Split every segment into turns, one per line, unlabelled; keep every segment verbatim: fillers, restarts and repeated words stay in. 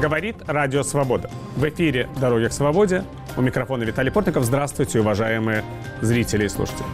Говорит Радио Свобода. В эфире «Дороги к свободе». У микрофона Виталий Портников. Здравствуйте, уважаемые зрители и слушатели.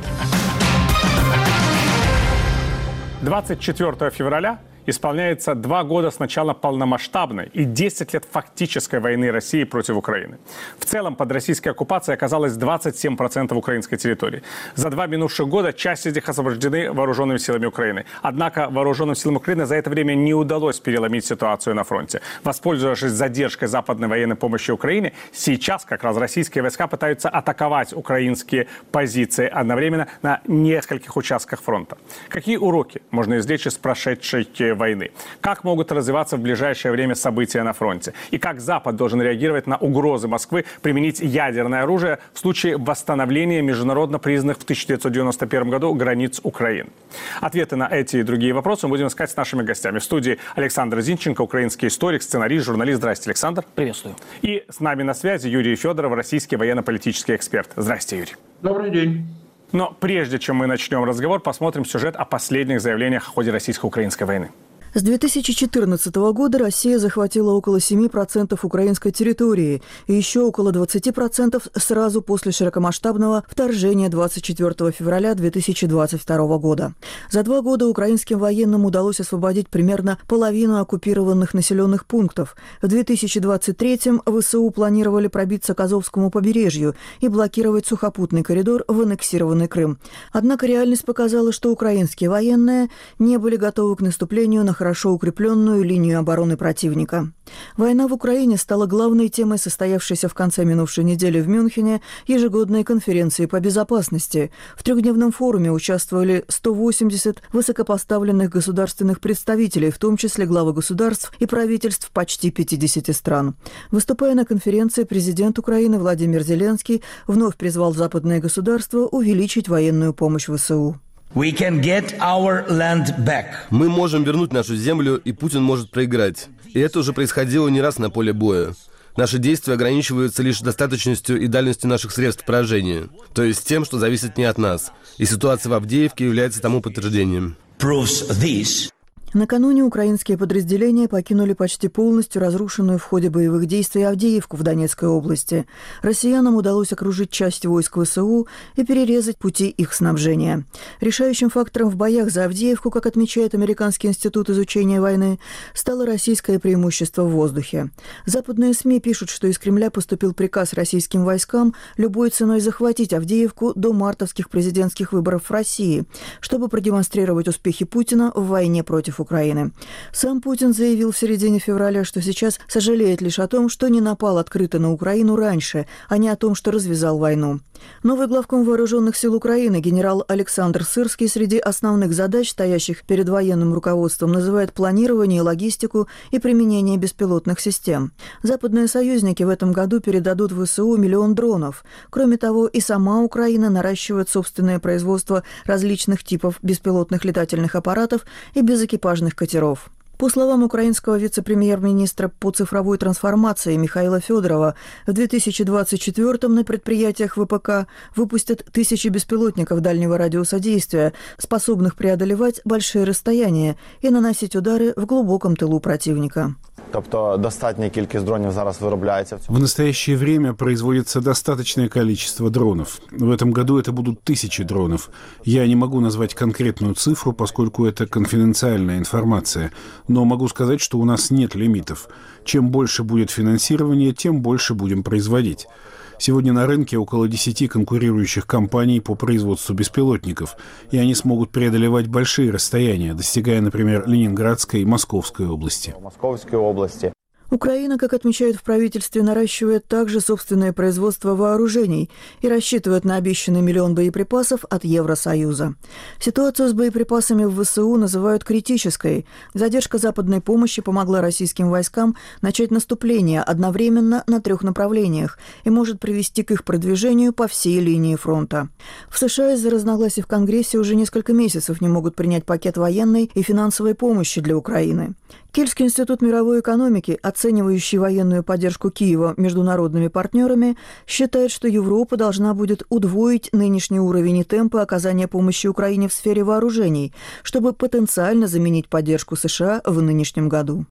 двадцать четвёртого февраля исполняется два года с начала полномасштабной и десять лет фактической войны России против Украины. В целом под российской оккупацией оказалось двадцать семь процентов украинской территории. За два минувших года часть из них освобождены вооруженными силами Украины. Однако вооруженным силам Украины за это время не удалось переломить ситуацию на фронте. Воспользовавшись задержкой западной военной помощи Украине, сейчас как раз российские войска пытаются атаковать украинские позиции одновременно на нескольких участках фронта. Какие уроки можно извлечь из прошедшей войны? Как могут развиваться в ближайшее время события на фронте? И как Запад должен реагировать на угрозы Москвы применить ядерное оружие в случае восстановления международно признанных в тысяча девятьсот девяносто первом году границ Украины? Ответы на эти и другие вопросы мы будем искать с нашими гостями. В студии Александр Зинченко, украинский историк, сценарист, журналист. Здравствуйте, Александр.
Приветствую.
И с нами на связи Юрий Федоров, российский военно-политический эксперт. Здравствуйте, Юрий.
Добрый день.
Но прежде чем мы начнем разговор, посмотрим сюжет о последних заявлениях в ходе российско-украинской войны.
С две тысячи четырнадцатого года Россия захватила около семи процентов украинской территории и еще около двадцати процентов сразу после широкомасштабного вторжения двадцать четвёртого февраля две тысячи двадцать второго года. За два года украинским военным удалось освободить примерно половину оккупированных населенных пунктов. В две тысячи двадцать третьем ВСУ планировали пробиться к Азовскому побережью и блокировать сухопутный коридор в аннексированный Крым. Однако реальность показала, что украинские военные не были готовы к наступлению на хорошо укрепленную линию обороны противника. Война в Украине стала главной темой состоявшейся в конце минувшей недели в Мюнхене ежегодной конференции по безопасности. В трехдневном форуме участвовали сто восемьдесят высокопоставленных государственных представителей, в том числе главы государств и правительств почти пятидесяти стран. Выступая на конференции, президент Украины Владимир Зеленский вновь призвал западные государства увеличить военную помощь ВСУ.
We can get our land back.
Мы можем вернуть нашу землю, и Путин может проиграть. И это уже происходило не раз на поле боя. Наши действия ограничиваются лишь достаточностью и дальностью наших средств поражения, то есть тем, что зависит не от нас. И ситуация в Авдеевке является тому подтверждением.
Proves this.
Накануне украинские подразделения покинули почти полностью разрушенную в ходе боевых действий Авдеевку в Донецкой области. Россиянам удалось окружить часть войск ВСУ и перерезать пути их снабжения. Решающим фактором в боях за Авдеевку, как отмечает Американский институт изучения войны, стало российское преимущество в воздухе. Западные СМИ пишут, что из Кремля поступил приказ российским войскам любой ценой захватить Авдеевку до мартовских президентских выборов в России, чтобы продемонстрировать успехи Путина в войне против Украины. Сам Путин заявил в середине февраля, что сейчас сожалеет лишь о том, что не напал открыто на Украину раньше, а не о том, что развязал войну. Новый главком вооруженных сил Украины генерал Александр Сырский среди основных задач, стоящих перед военным руководством, называет планирование, логистику и применение беспилотных систем. Западные союзники в этом году передадут ВСУ миллион дронов. Кроме того, и сама Украина наращивает собственное производство различных типов беспилотных летательных аппаратов и безэкипажных катеров. По словам украинского вице-премьер-министра по цифровой трансформации Михаила Федорова, в две тысячи двадцать четвёртом на предприятиях ВПК выпустят тысячи беспилотников дальнего радиуса действия, способных преодолевать большие расстояния и наносить удары в глубоком тылу противника.
Тобто достатня кількість дронів зараз виробляється.
В настоящее время производится достаточное количество дронов. В этом году это будут тысячи дронов. Я не могу назвать конкретную цифру, поскольку это конфиденциальная информация, но могу сказать, что у нас нет лимитов. Чем больше будет финансирование, тем больше будем производить. Сегодня на рынке около десяти конкурирующих компаний по производству беспилотников, и они смогут преодолевать большие расстояния, достигая, например, Ленинградской и Московской области.
Московской области.
Украина, как отмечают в правительстве, наращивает также собственное производство вооружений и рассчитывает на обещанный миллион боеприпасов от Евросоюза. Ситуацию с боеприпасами в ВСУ называют критической. Задержка западной помощи помогла российским войскам начать наступление одновременно на трех направлениях и может привести к их продвижению по всей линии фронта. В США из-за разногласий в Конгрессе уже несколько месяцев не могут принять пакет военной и финансовой помощи для Украины. Кельский институт мировой экономики, оценивающий военную поддержку Киева международными партнерами, считает, что Европа должна будет удвоить нынешний уровень и темпы оказания помощи Украине в сфере вооружений, чтобы потенциально заменить поддержку США в нынешнем году.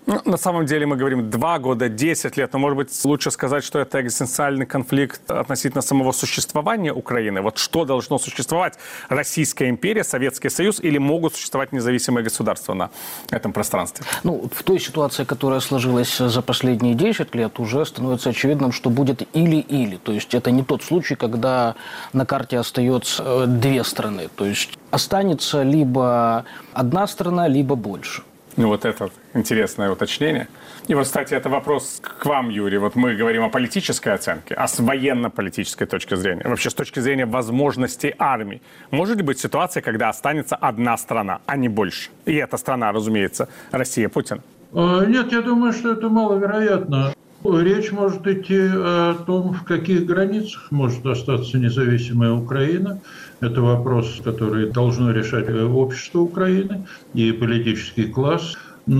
Ну, на самом деле мы говорим два года, десять лет, но, может быть, лучше сказать, что это экзистенциальный конфликт относительно самого существования Украины. Вот что должно существовать? Российская империя, Советский Союз или могут существовать независимые государства на этом пространстве?
Ну, в той ситуации, которая сложилась за последние десять лет, уже становится очевидным, что будет или-или. То есть это не тот случай, когда на карте остается две страны. То есть останется либо одна страна, либо больше.
Ну, вот это интересное уточнение. И вот, кстати, это вопрос к вам, Юрий. Вот мы говорим о политической оценке, а с военно-политической точки зрения, вообще с точки зрения возможностей армии, может ли быть ситуация, когда останется одна страна, а не больше? И эта страна, разумеется, Россия, Путин.
Нет, я думаю, что это маловероятно. Речь может идти о том, в каких границах может остаться независимая Украина. Это вопрос, который должно решать общество Украины и политический класс.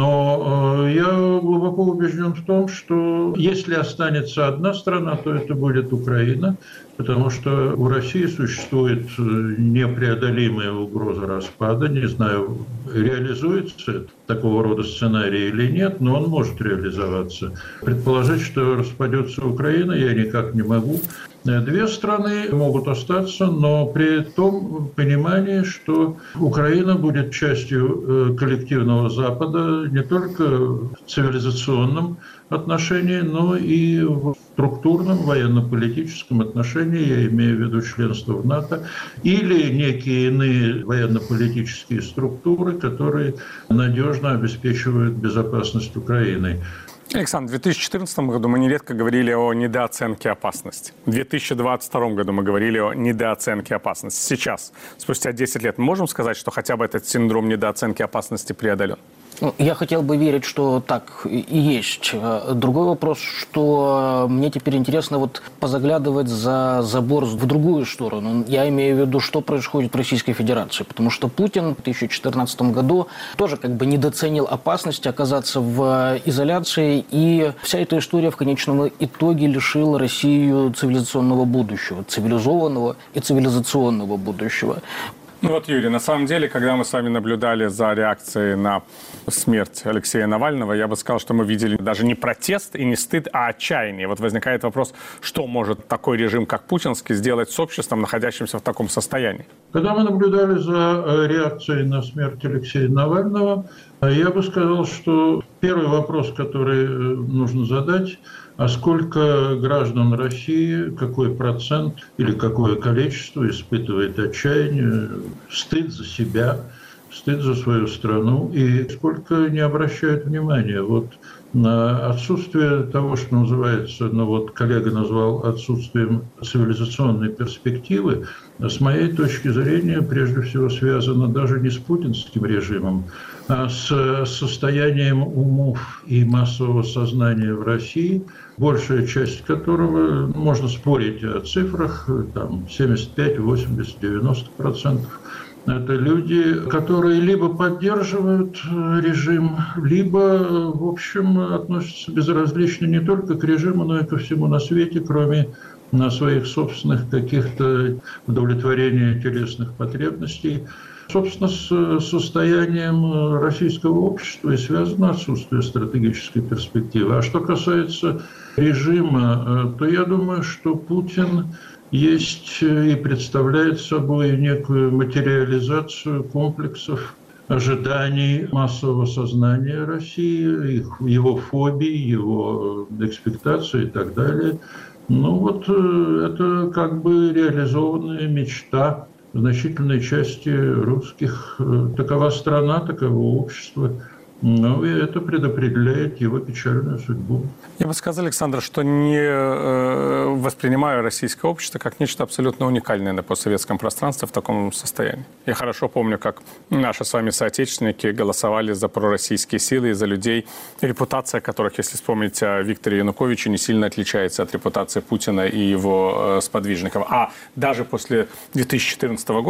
Но я глубоко убежден в том, что если останется одна страна, то это будет Украина, потому что у России существует непреодолимая угроза распада. Не знаю, реализуется такого рода сценарий или нет, но он может реализоваться. Предположить, что распадется Украина, я никак не могу. Две страны могут остаться, но при том понимании, что Украина будет частью коллективного Запада не только в цивилизационном отношении, но и в структурном, военно-политическом отношении, я имею в виду членство в НАТО, или некие иные военно-политические структуры, которые надежно обеспечивают безопасность Украины.
Александр, в две тысячи четырнадцатом году мы нередко говорили о недооценке опасности. В две тысячи двадцать втором году мы говорили о недооценке опасности. Сейчас, спустя десять лет, мы можем сказать, что хотя бы этот синдром недооценки опасности преодолен?
Ну, я хотел бы верить, что так и есть. Другой вопрос, что мне теперь интересно вот позаглядывать за забор в другую сторону. Я имею в виду, что происходит в Российской Федерации. Потому что Путин в две тысячи четырнадцатом году тоже как бы недооценил опасность оказаться в изоляции. И вся эта история в конечном итоге лишила Россию цивилизационного будущего. Цивилизованного и цивилизационного будущего.
Ну вот, Юрий, на самом деле, когда мы с вами наблюдали за реакцией на смерть Алексея Навального, я бы сказал, что мы видели даже не протест и не стыд, а отчаяние. Вот возникает вопрос, что может такой режим, как путинский, сделать с обществом, находящимся в таком состоянии?
Когда мы наблюдали за реакцией на смерть Алексея Навального, я бы сказал, что первый вопрос, который нужно задать, а сколько граждан России, какой процент или какое количество испытывает отчаяние, стыд за себя, стыд за свою страну, и сколько не обращают внимания вот на отсутствие того, что называется, ну вот коллега назвал отсутствием цивилизационной перспективы, с моей точки зрения, прежде всего связано даже не с путинским режимом, а с состоянием умов и массового сознания в России, большая часть которого, можно спорить о цифрах, там семьдесят пять, восемьдесят, девяносто процентов, это люди, которые либо поддерживают режим, либо, в общем, относятся безразлично не только к режиму, но и ко всему на свете, кроме на своих собственных каких-то удовлетворения телесных потребностей. Собственно, с состоянием российского общества и связано отсутствие стратегической перспективы. А что касается режима, то я думаю, что Путин есть и представляет собой некую материализацию комплексов ожиданий массового сознания России, их, его фобий, его экспектаций и так далее. Ну вот это как бы реализованная мечта значительной части русских. Такова страна, таково общество. Ну, и это предопределяет его печальную судьбу.
Я бы сказал, Александр, что не э, воспринимаю российское общество как нечто абсолютно уникальное на постсоветском пространстве в таком состоянии. Я хорошо помню, как наши с вами соотечественники голосовали за пророссийские силы и за людей, репутация которых, если вспомнить о Викторе Януковиче, не сильно отличается от репутации Путина и его э, сподвижников. А даже после две тысячи четырнадцатого года,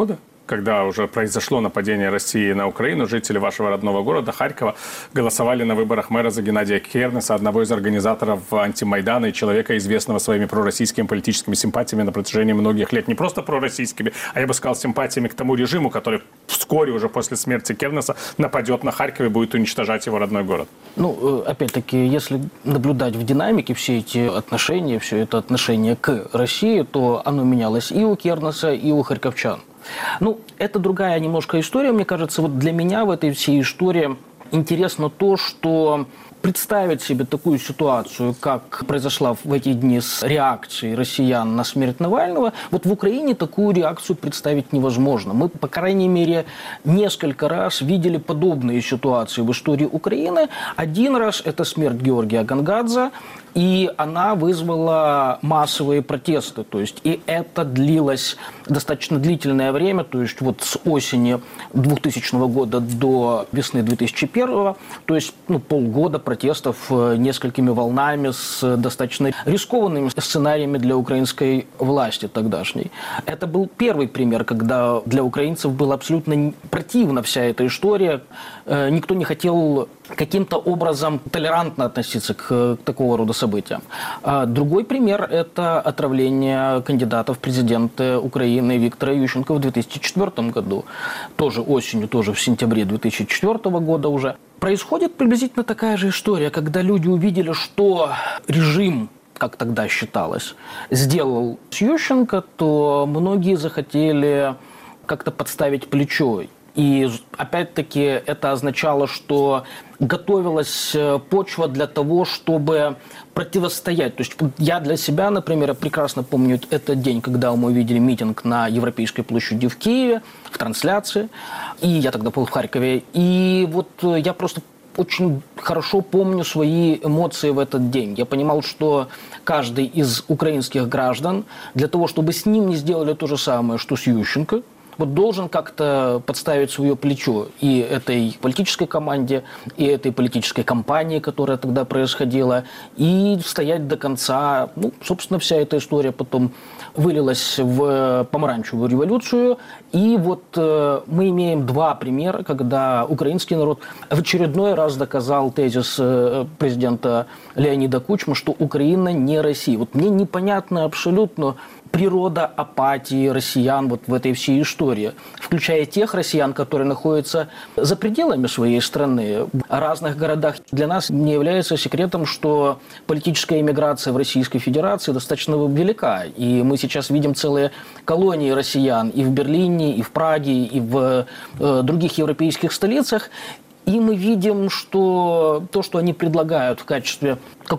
когда уже произошло нападение России на Украину, жители вашего родного города Харькова голосовали на выборах мэра за Геннадия Кернеса, одного из организаторов антимайдана и человека, известного своими пророссийскими политическими симпатиями на протяжении многих лет. Не просто пророссийскими, а я бы сказал, симпатиями к тому режиму, который вскоре уже после смерти Кернеса нападет на Харьков и будет уничтожать его родной город.
Ну, опять-таки, если наблюдать в динамике все эти отношения, все это отношение к России, то оно менялось и у Кернеса, и у харьковчан. Ну, это другая немножко история, мне кажется. Вот для меня в этой всей истории интересно то, что представить себе такую ситуацию, как произошла в эти дни с реакцией россиян на смерть Навального, вот в Украине такую реакцию представить невозможно. Мы, по крайней мере, несколько раз видели подобные ситуации в истории Украины. Один раз это смерть Георгия Гонгадзе, и она вызвала массовые протесты. То есть, и это длилось достаточно длительное время, то есть вот с осени двухтысячного года до весны две тысячи первого, то есть ну, полгода протестов несколькими волнами с достаточно рискованными сценариями для украинской власти тогдашней. Это был первый пример, когда для украинцев была абсолютно противна вся эта история. Никто не хотел каким-то образом толерантно относиться к такого рода событиям. А другой пример – это отравление кандидата в президенты Украины Виктора Ющенко в две тысячи четвёртом году. Тоже осенью, тоже в сентябре две тысячи четвёртого года уже. Происходит приблизительно такая же история, когда люди увидели, что режим, как тогда считалось, сделал с Ющенко, то многие захотели как-то подставить плечо. И опять-таки это означало, что готовилась почва для того, чтобы противостоять. То есть я для себя, например, прекрасно помню этот день, когда мы увидели митинг на Европейской площади в Киеве, в трансляции, и я тогда был в Харькове. И вот я просто очень хорошо помню свои эмоции в этот день. Я понимал, что каждый из украинских граждан для того, чтобы с ним не сделали то же самое, что с Ющенко, вот должен как-то подставить свое плечо и этой политической команде, и этой политической кампании, которая тогда происходила, и стоять до конца. Ну, собственно, вся эта история потом вылилась в помаранчевую революцию. И вот э, мы имеем два примера, когда украинский народ в очередной раз доказал тезис э, президента Леонида Кучмы, что Украина не Россия. Вот мне непонятно абсолютно природа апатии россиян вот в этой всей истории, включая тех россиян, которые находятся за пределами своей страны, в разных городах. Для нас не является секретом, что политическая иммиграция в Российской Федерации достаточно велика. И мы сейчас видим целые колонии россиян и в Берлине, и в Праге, и в э, других европейских столицах. И мы видим, что то, что они предлагают в качестве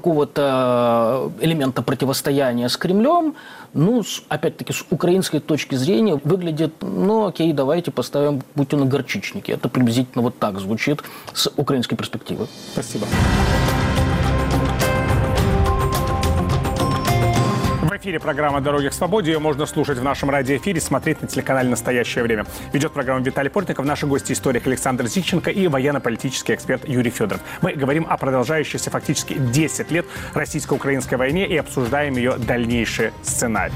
какого-то элемента противостояния с Кремлем, ну, опять-таки, с украинской точки зрения выглядит, ну, окей, давайте поставим Путина горчичники. Это приблизительно вот так звучит с украинской перспективы.
Спасибо. В эфире программа «Дороги к свободе». Ее можно слушать в нашем радиоэфире, смотреть на телеканале «Настоящее время». Ведет программу Виталий Портников, наши гости историк Александр Зищенко и военно-политический эксперт Юрий Федоров. Мы говорим о продолжающейся фактически десять лет российско-украинской войне и обсуждаем ее дальнейший сценарий.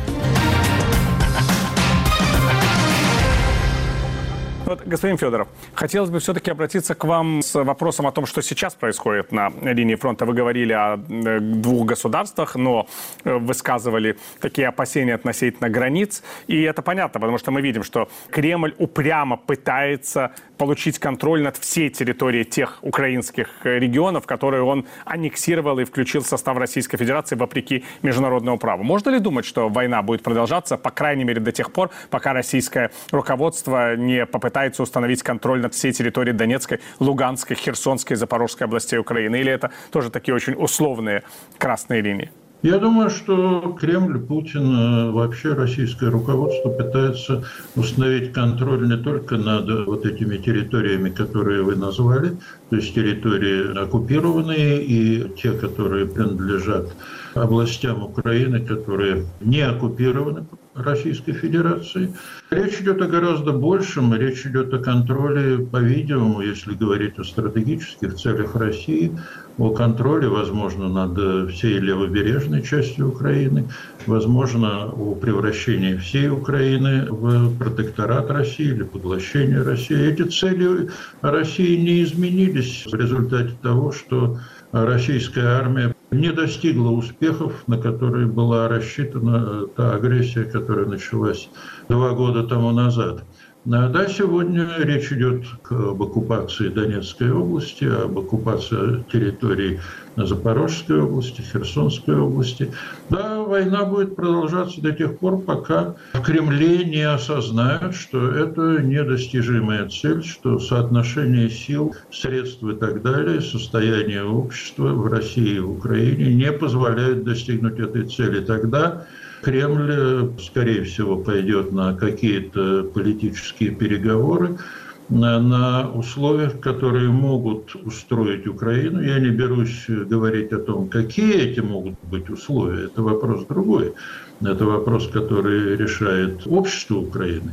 Вот, господин Федоров, хотелось бы все-таки обратиться к вам с вопросом о том, что сейчас происходит на линии фронта. Вы говорили о двух государствах, но высказывали такие опасения относительно границ. И это понятно, потому что мы видим, что Кремль упрямо пытается получить контроль над всей территорией тех украинских регионов, которые он аннексировал и включил в состав Российской Федерации вопреки международному праву. Можно ли думать, что война будет продолжаться, по крайней мере, до тех пор, пока российское руководство не попытается установить контроль над всей территорией Донецкой, Луганской, Херсонской, Запорожской областей Украины? Или это тоже такие очень условные красные линии?
Я думаю, что Кремль, Путин, вообще российское руководство пытается установить контроль не только над вот этими территориями, которые вы назвали, то есть территории оккупированные и те, которые принадлежат областям Украины, которые не оккупированы Российской Федерации. Речь идет о гораздо большем. Речь идет о контроле, по-видимому, если говорить о стратегических целях России, о контроле, возможно, над всей левобережной частью Украины, возможно, о превращении всей Украины в протекторат России или поглощение России. Эти цели России не изменились в результате того, что российская армия не достигла успехов, на которые была рассчитана та агрессия, которая началась два года тому назад. Да, сегодня речь идет об оккупации Донецкой области, об оккупации территорий Запорожской области, Херсонской области. Да, война будет продолжаться до тех пор, пока в Кремле не осознают, что это недостижимая цель, что соотношение сил, средств и так далее, состояние общества в России и в Украине не позволяет достигнуть этой цели. Тогда Кремль, скорее всего, пойдет на какие-то политические переговоры на, на условиях, которые могут устроить Украину. Я не берусь говорить о том, какие эти могут быть условия. Это вопрос другой. Это вопрос, который решает общество Украины.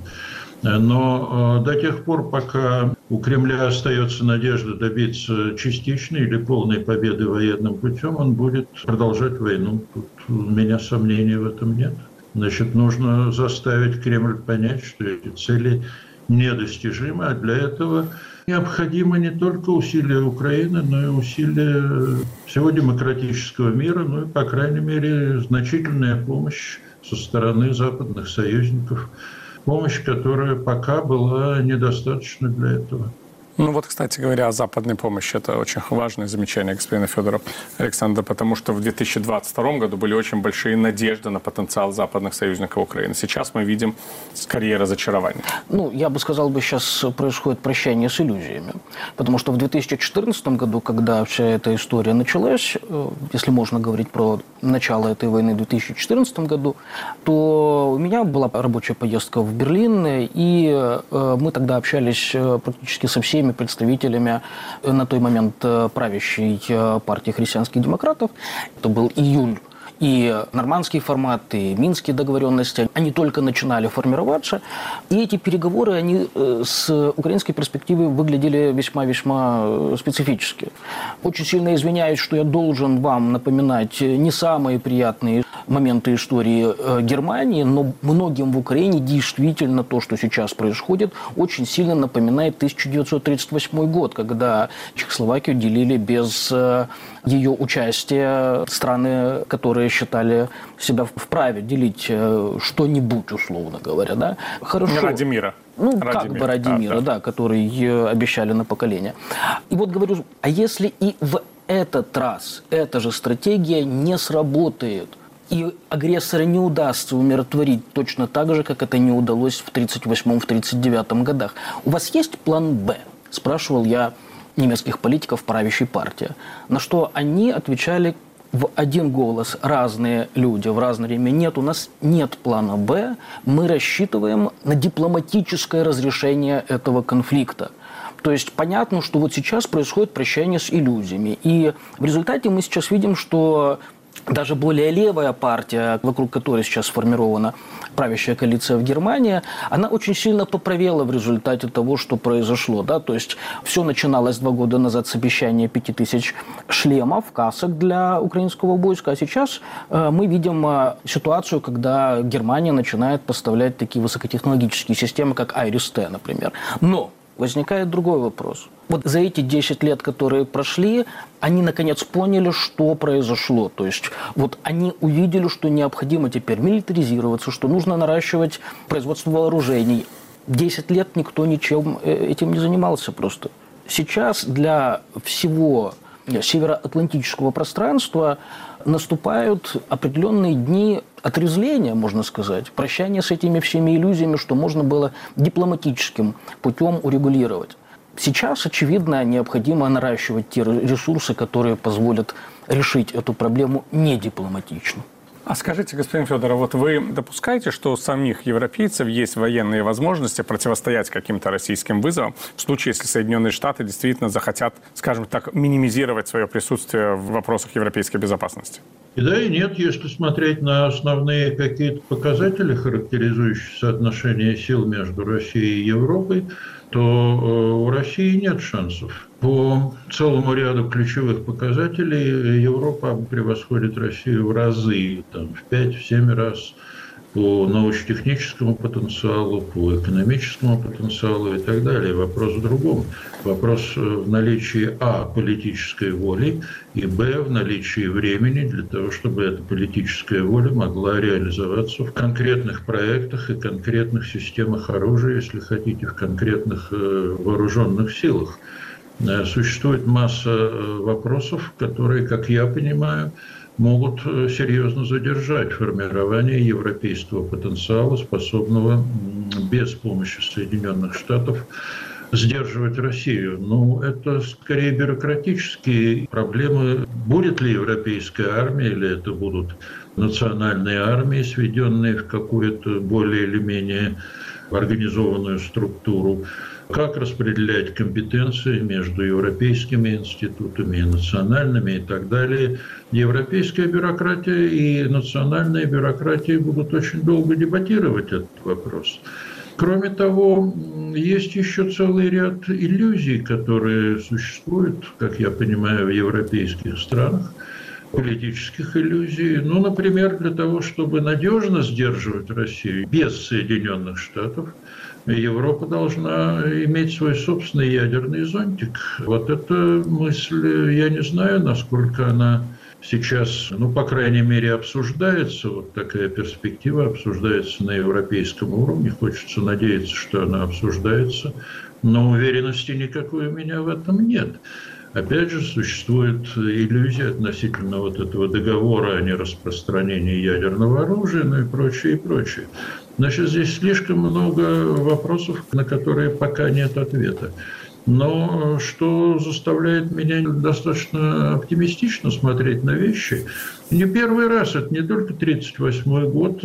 Но до тех пор, пока у Кремля остается надежда добиться частичной или полной победы военным путем, он будет продолжать войну. Тут у меня сомнений в этом нет. Значит, нужно заставить Кремль понять, что эти цели недостижимы, а для этого необходимы не только усилия Украины, но и усилия всего демократического мира, ну и, по крайней мере, значительная помощь со стороны западных союзников. Помощь, которая пока была недостаточна для этого.
Ну вот, кстати говоря, о западной помощи. Это очень важное замечание господина Федорова, Александра, потому что в две тысячи двадцать втором году были очень большие надежды на потенциал западных союзников Украины. Сейчас мы видим скорее разочарование.
Ну, я бы сказал, бы сейчас происходит прощание с иллюзиями. Потому что в две тысячи четырнадцатом году, когда вся эта история началась, если можно говорить про начало этой войны в две тысячи четырнадцатом году, то у меня была рабочая поездка в Берлин, и мы тогда общались практически со всеми представителями на тот момент правящей партии христианских демократов. Это был июль. И нормандский формат, и минские договоренности, они только начинали формироваться. И эти переговоры, они с украинской перспективы выглядели весьма-весьма специфически. Очень сильно извиняюсь, что я должен вам напоминать не самые приятные моменты истории Германии, но многим в Украине действительно то, что сейчас происходит, очень сильно напоминает тысяча девятьсот тридцать восьмой год, когда Чехословакию делили без ее участия страны, которые считали себя вправе делить что-нибудь, условно говоря. Да? Хорошо.
Ради мира.
Ну,
ради
как
мира.
бы ради
да,
мира, да. да, который обещали на поколение. И вот говорю, а если и в этот раз эта же стратегия не сработает, и агрессора не удастся умиротворить точно так же, как это не удалось в тридцать восьмом — в тридцать девятом годах, у вас есть план «Б»? Спрашивал я немецких политиков правящей партии. На что они отвечали в один голос, разные люди в разное время: нет, у нас нет плана «Б», мы рассчитываем на дипломатическое разрешение этого конфликта. То есть понятно, что вот сейчас происходит прощание с иллюзиями. И в результате мы сейчас видим, что даже более левая партия, вокруг которой сейчас сформирована правящая коалиция в Германии, она очень сильно поправела в результате того, что произошло. Да? То есть все начиналось два года назад с обещания пяти тысяч шлемов, касок для украинского войска. А сейчас э, мы видим э, ситуацию, когда Германия начинает поставлять такие высокотехнологические системы, как Айрис-Т, например. Но возникает другой вопрос. Вот за эти десять лет, которые прошли, они наконец поняли, что произошло. То есть вот они увидели, что необходимо теперь милитаризироваться, что нужно наращивать производство вооружений. десять лет никто ничем этим не занимался просто. Сейчас для всего североатлантического пространства наступают определенные дни отрезвления, можно сказать, прощания с этими всеми иллюзиями, что можно было дипломатическим путем урегулировать. Сейчас, очевидно, необходимо наращивать те ресурсы, которые позволят решить эту проблему не дипломатично.
А скажите, господин Федоров, вот вы допускаете, что у самих европейцев есть военные возможности противостоять каким-то российским вызовам в случае, если Соединенные Штаты действительно захотят, скажем так, минимизировать свое присутствие в вопросах европейской безопасности?
И да, и нет. Если смотреть на основные какие-то показатели, характеризующие соотношение сил между Россией и Европой, то у России нет шансов. По целому ряду ключевых показателей Европа превосходит Россию в разы, там, в пять-семь раз по научно-техническому потенциалу, по экономическому потенциалу и так далее. Вопрос в другом. Вопрос в наличии а. политической воли и б. в наличии времени для того, чтобы эта политическая воля могла реализоваться в конкретных проектах и конкретных системах оружия, если хотите, в конкретных вооруженных силах. Существует масса вопросов, которые, как я понимаю, могут серьезно задержать формирование европейского потенциала, способного без помощи Соединенных Штатов сдерживать Россию. Ну, это скорее бюрократические проблемы. Будет ли европейская армия, или это будут национальные армии, сведенные в какую-то более или менее организованную структуру? Как распределять компетенции между европейскими институтами и национальными и так далее. Европейская бюрократия и национальные бюрократии будут очень долго дебатировать этот вопрос. Кроме того, есть еще целый ряд иллюзий, которые существуют, как я понимаю, в европейских странах, политических иллюзий. Ну, например, для того, чтобы надежно сдерживать Россию без Соединенных Штатов, Европа должна иметь свой собственный ядерный зонтик. Вот эта мысль, я не знаю, насколько она сейчас, ну, по крайней мере, обсуждается. Вот такая перспектива обсуждается на европейском уровне. Хочется надеяться, что она обсуждается. Но уверенности никакой у меня в этом нет. Опять же, существует иллюзия относительно вот этого договора о нераспространении ядерного оружия, ну и прочее, и прочее. Значит, здесь слишком много вопросов, на которые пока нет ответа. Но что заставляет меня достаточно оптимистично смотреть на вещи. Не первый раз, это не только тридцать восьмой год,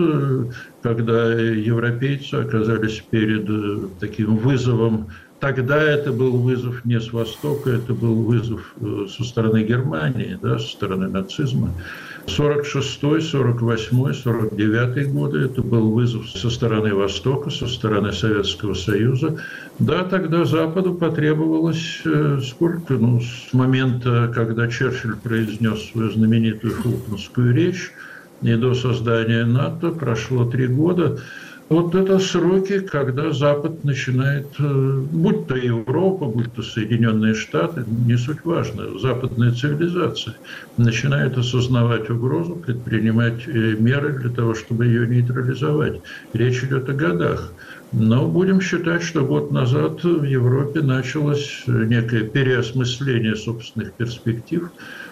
когда европейцы оказались перед таким вызовом. Тогда это был вызов не с Востока, это был вызов со стороны Германии, да, со стороны нацизма. сорок шестой, сорок восьмой, сорок девятый годы это был вызов со стороны Востока, со стороны Советского Союза. Да, тогда Западу потребовалось сколько? Ну, с момента, когда Черчилль произнес свою знаменитую фултонскую речь, и до создания НАТО прошло три года. Вот это сроки, когда Запад начинает, будь то Европа, будь то Соединенные Штаты, не суть важно, западная цивилизация начинает осознавать угрозу, предпринимать меры для того, чтобы ее нейтрализовать. Речь идет о годах. Но будем считать, что год назад в Европе началось некое переосмысление собственных перспектив,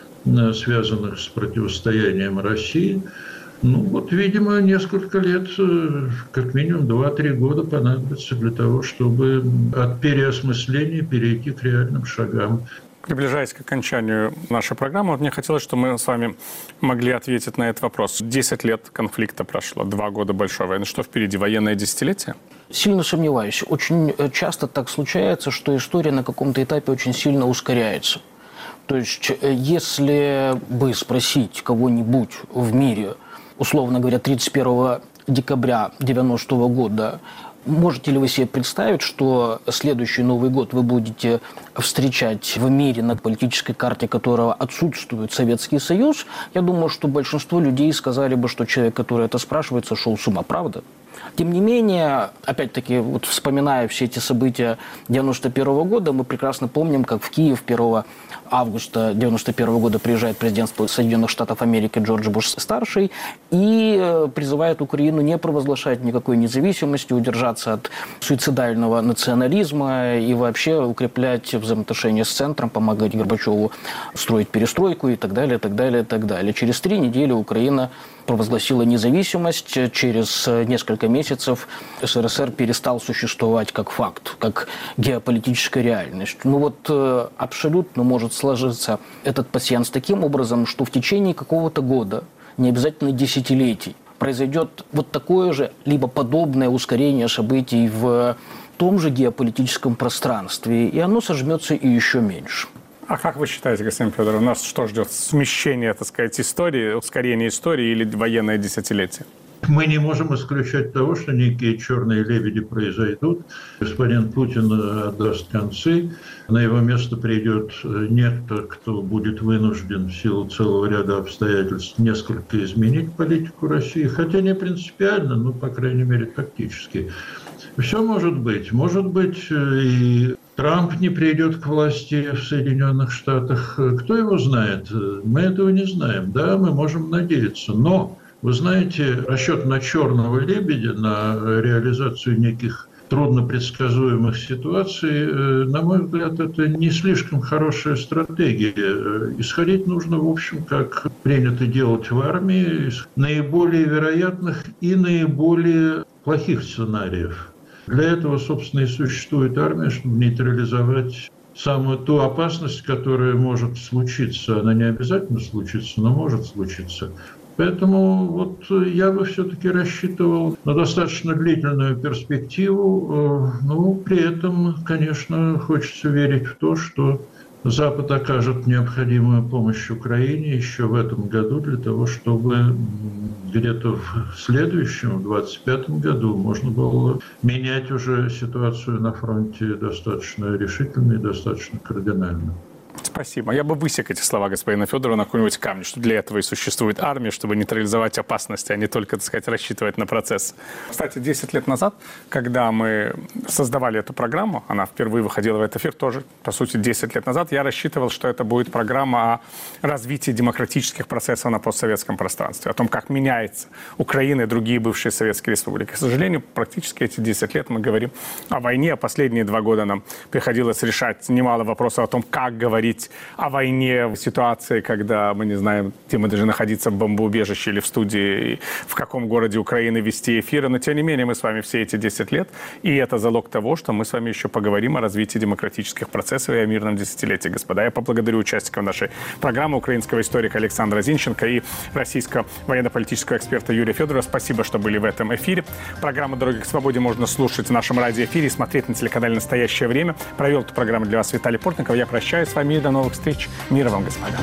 связанных с противостоянием России. Ну вот, видимо, несколько лет, как минимум два-три года понадобится для того, чтобы от переосмысления перейти к реальным шагам.
Приближаясь к окончанию нашей программы, вот мне хотелось, чтобы мы с вами могли ответить на этот вопрос. Десять лет конфликта прошло, два года большой войны. Что впереди, военное десятилетие?
Сильно сомневаюсь. Очень часто так случается, что история на каком-то этапе очень сильно ускоряется. То есть, если бы спросить кого-нибудь в мире, условно говоря, тридцать первого декабря девяностого года, можете ли вы себе представить, что следующий Новый год вы будете встречать в мире, на политической карте которого отсутствует Советский Союз? Я думаю, что большинство людей сказали бы, что человек, который это спрашивает, сошел с ума, правда? Тем не менее, опять-таки, вот вспоминая все эти события девяносто первого года, мы прекрасно помним, как в Киев первого августа девяносто первого года приезжает президент Соединенных Штатов Америки Джордж Буш-старший и призывает Украину не провозглашать никакой независимости, удержаться от суицидального национализма и вообще укреплять взаимоотношения с центром, помогать Горбачеву строить перестройку и так далее, так далее, так далее. Через три недели Украина провозгласила независимость. Через несколько месяцев СССР перестал существовать как факт, как геополитическая реальность. Ну вот абсолютно может сложиться этот пассианс таким образом, что в течение какого-то года не обязательно десятилетий, произойдет вот такое же, либо подобное ускорение событий в том же геополитическом пространстве, и оно сожмется и еще меньше.
А как вы считаете, господин Федоров, нас что ждет? Смещение, так сказать, истории, ускорение истории или военное десятилетие?
Мы не можем исключать того, что некие черные лебеди произойдут. Господин Путин отдаст концы. На его место придет некто, кто будет вынужден в силу целого ряда обстоятельств несколько изменить политику России. Хотя не принципиально, но, по крайней мере, тактически. Все может быть. Может быть, и Трамп не придет к власти в Соединенных Штатах. Кто его знает? Мы этого не знаем. Да, мы можем надеяться. Но, вы знаете, расчет на черного лебедя, на реализацию неких труднопредсказуемых ситуаций, на мой взгляд, это не слишком хорошая стратегия. Исходить нужно, в общем, как принято делать в армии, из наиболее вероятных и наиболее плохих сценариев. Для этого, собственно, и существует армия, чтобы нейтрализовать самую ту опасность, которая может случиться. Она не обязательно случится, но может случиться. Поэтому вот я бы все-таки рассчитывал на достаточно длительную перспективу. Ну, при этом, конечно, хочется верить в то, что Запад окажет необходимую помощь Украине еще в этом году для того, чтобы где-то в следующем, в двадцать пятом году, можно было менять уже ситуацию на фронте достаточно решительно и достаточно кардинально.
Спасибо. Я бы высек эти слова господина Федорова на какой-нибудь камень, что для этого и существует армия, чтобы нейтрализовать опасности, а не только, так сказать, рассчитывать на процесс. Кстати, десять лет назад, когда мы создавали эту программу, она впервые выходила в этот эфир тоже, по сути, десять лет назад, я рассчитывал, что это будет программа о развитии демократических процессов на постсоветском пространстве, о том, как меняется Украина и другие бывшие советские республики. К сожалению, практически эти десять лет мы говорим о войне, а последние два года нам приходилось решать немало вопросов о том, как говорить о войне в ситуации, когда мы не знаем, где мы должны находиться, в бомбоубежище или в студии, в каком городе Украины вести эфиры. Но, тем не менее, мы с вами все эти десять лет, и это залог того, что мы с вами еще поговорим о развитии демократических процессов и о мирном десятилетии. Господа, я поблагодарю участников нашей программы, украинского историка Александра Зинченко и российского военно-политического эксперта Юрия Федорова. Спасибо, что были в этом эфире. Программу «Дороги к свободе» можно слушать в нашем радиоэфире и смотреть на телеканале «Настоящее время». Провел эту программу для вас Виталий Портников. Я прощаюсь с вами и до новых встреч. Мира вам, господа.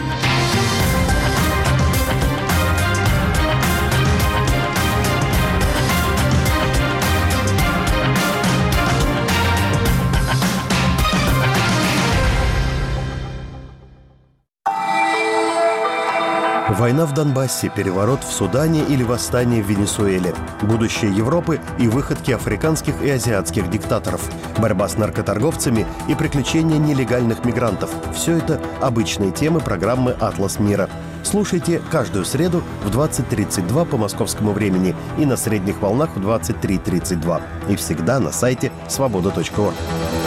Война в Донбассе, переворот в Судане или восстание в Венесуэле. Будущее Европы и выходки африканских и азиатских диктаторов. Борьба с наркоторговцами и приключения нелегальных мигрантов. Все это обычные темы программы «Атлас мира». Слушайте каждую среду в двадцать тридцать два по московскому времени и на средних волнах в двадцать три тридцать два. И всегда на сайте свобода точка орг.